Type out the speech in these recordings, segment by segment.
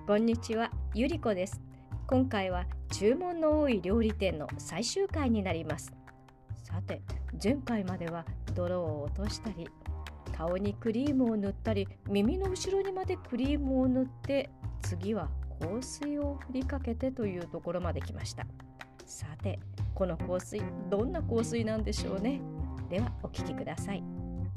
こんにちは、ゆりこです。今回は注文の多い料理店の最終回になります。さて、前回までは泥を落としたり、顔にクリームを塗ったり、耳の後ろにまでクリームを塗って、次は香水を振りかけてというところまで来ました。さて、この香水、どんな香水なんでしょうね。ではお聞きください。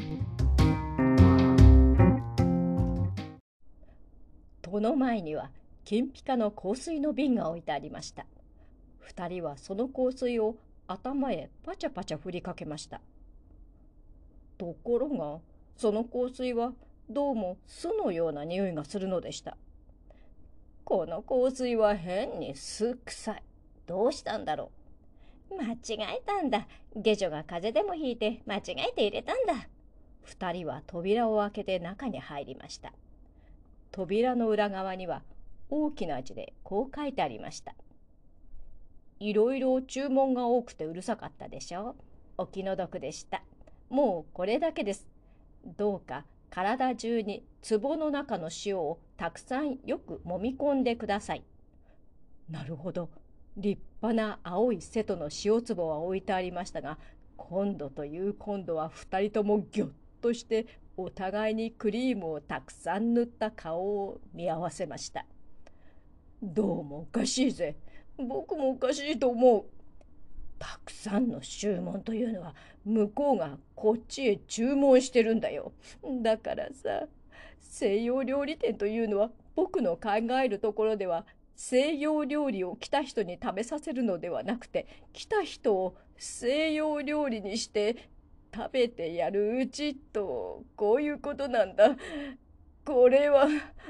戸の前には金ピカの香水の瓶が置いてありました。2人はその香水を頭へパチャパチャ振りかけました。ところが、その香水はどうも酢のような匂いがするのでした。この香水は変に酢臭い。どうしたんだろう。間違えたんだ。下女が風邪でもひいて間違えて入れたんだ。2人は扉を開けて中に入りました。扉の裏側には大きな字でこう書いてありました。いろいろ注文が多くてうるさかったでしょう。お気の毒でした。もうこれだけです。どうか体中に壺の中の塩をたくさんよく揉み込んでください。なるほど。立派な青い瀬戸の塩壺は置いてありましたが、今度は2人ともぎょっとしてお互いにクリームをたくさん塗った顔を見合わせました。どうもおかしいぜ。僕もおかしいと思う。たくさんの注文というのは向こうがこっちへ注文してるんだよ。だからさ、西洋料理店というのは僕の考えるところでは西洋料理を来た人に食べさせるのではなくて、来た人を西洋料理にして食べてやるうちと、こういうことなんだ。これは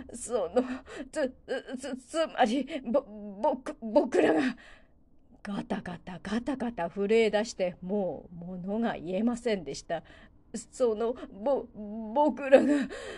つまり僕らがガタガタガタガタ震え出して、もう物が言えませんでした。僕らが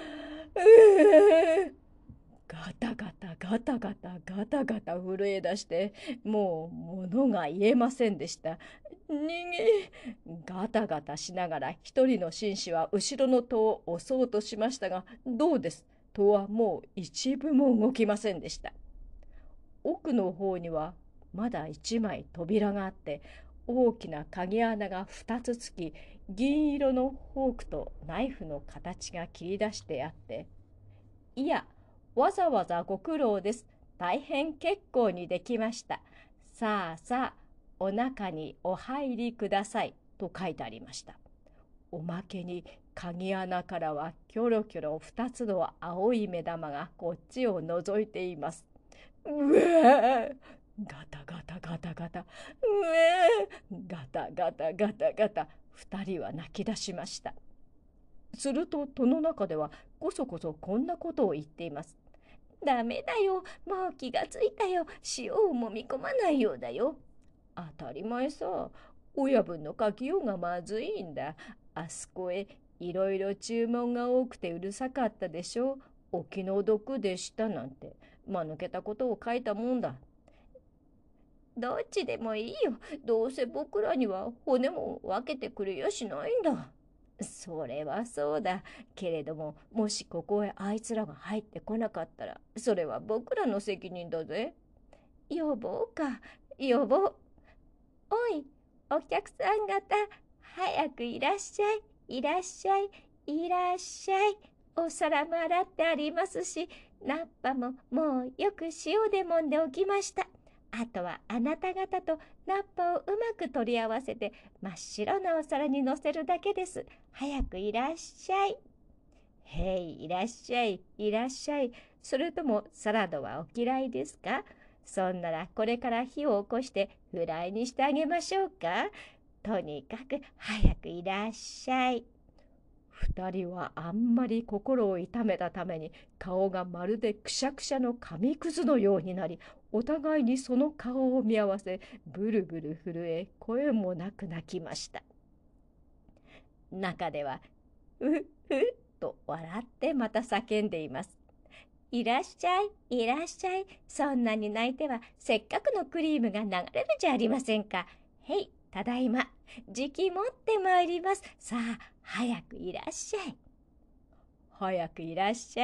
ガタガタガタガタガタガタ震え出して、もう物が言えませんでした。ガタガタしながら一人の紳士は後ろの戸を押そうとしましたが、どうです。戸はもう一分も動きませんでした。奥の方にはまだ一枚扉があって、大きな鍵穴が2つつき、銀色のフォークとナイフの形が切り出してあって、いや、わざわざご苦労です。大変結構にできました。さあさあ、お中にお入りください。と書いてありました。おまけに鍵穴からはキョロキョロ2つの青い目玉がこっちを覗いています。うえー、ガタガタガタガタ、うえー、ガタガタガタガタ、2人は泣き出しました。すると戸の中ではこそこそこんなことを言っています。ダメだよ。もう気がついたよ。塩を揉み込まないようだよ。当たり前さ。親分の書きようがまずいんだ。あそこへいろいろ注文が多くてうるさかったでしょ。お気の毒でしたなんて、間抜けたことを書いたもんだ。どっちでもいいよ。どうせ僕らには骨も分けてくれやしないんだ。それはそうだ。けれども、もしここへあいつらが入ってこなかったら、それは僕らの責任だぜ。呼ぼうか、呼ぼう。おい、お客さん方、早くいらっしゃい、いらっしゃい、いらっしゃい。お皿も洗ってありますし、ナッパももうよく塩で揉んでおきました。あとはあなた方とナッパをうまく取り合わせて真っ白なお皿にのせるだけです。早くいらっしゃい。へい、いらっしゃい、いらっしゃい。それともサラダはお嫌いですか？そんならこれから火を起こしてフライにしてあげましょうか？とにかく早くいらっしゃい。二人はあんまり心を痛めたために顔がまるでくしゃくしゃの紙くずのようになり、お互いにその顔を見合わせ、ブルブル震え、声もなく泣きました。中では、うっと笑ってまた叫んでいます。いらっしゃい、いらっしゃい。そんなに泣いてはせっかくのクリームが流れるじゃありませんか。へい、ただいま。じき持ってまいります。さあ、早くいらっしゃい。早くいらっしゃい。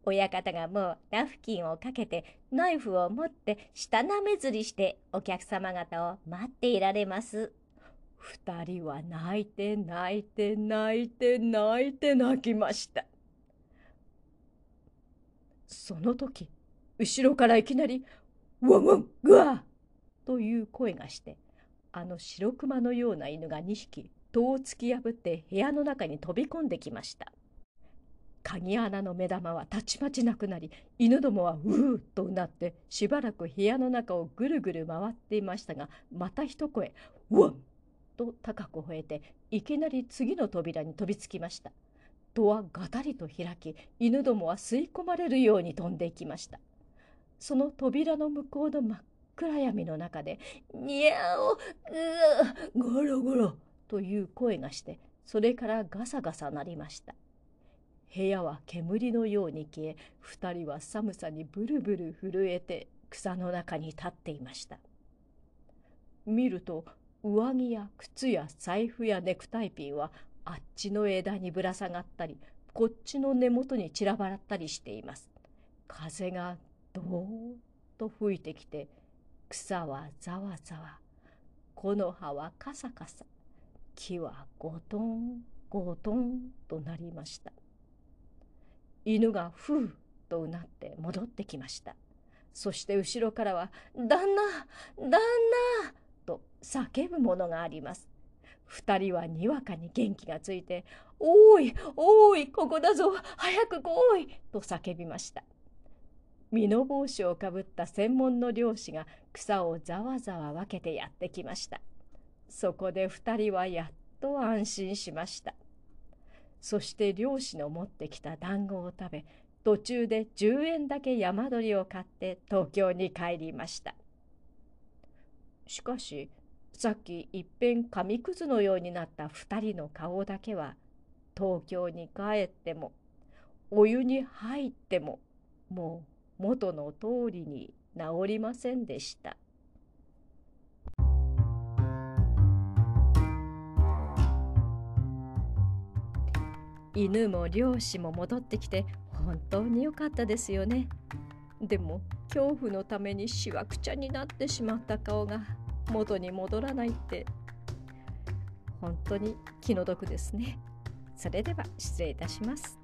親方がもうナフキンをかけてナイフを持って舌なめずりしてお客様方を待っていられます。二人は泣いて泣いて泣いて泣いて泣きました。その時、後ろからいきなりワンワングワーという声がして、あの白熊のような犬が2匹戸を突き破って部屋の中に飛び込んできました。鍵穴の目玉はたちまちなくなり、犬どもはうーっとうなってしばらく部屋の中をぐるぐる回っていましたが、また一声ワンと高く吠えて、いきなり次の扉に飛びつきました。戸はガタリと開き、犬どもは吸い込まれるように飛んでいきました。その扉の向こうの真っ暗闇の中でにゃおゴロゴロという声がして、それからガサガサ鳴りました。部屋は煙のように消え、二人は寒さにブルブル震えて草の中に立っていました。見ると上着や靴や財布やネクタイピンはあっちの枝にぶら下がったり、こっちの根元に散らばったりしています。風がどーっと吹いてきて、草はざわざわ、木の葉はカサカサ、木はゴトンゴトンとなりました。犬がふーっとうなって戻ってきました。そして後ろからは旦那旦那と叫ぶものがあります。二人はにわかに元気がついて、おーいおーい、ここだぞ、早く来いと叫びました。身の帽子をかぶった専門の猟師が草をざわざわ分けてやってきました。そこで二人はやっと安心しました。そして漁師の持ってきた団子を食べ、途中で10円だけ山鳥を買って東京に帰りました。しかし、さっきいっぺん紙くずのようになった2人の顔だけは、東京に帰ってもお湯に入ってももう元の通りに治りませんでした。犬も漁師も戻ってきて本当に良かったですよね。でも恐怖のためにしわくちゃになってしまった顔が元に戻らないって本当に気の毒ですね。それでは失礼いたします。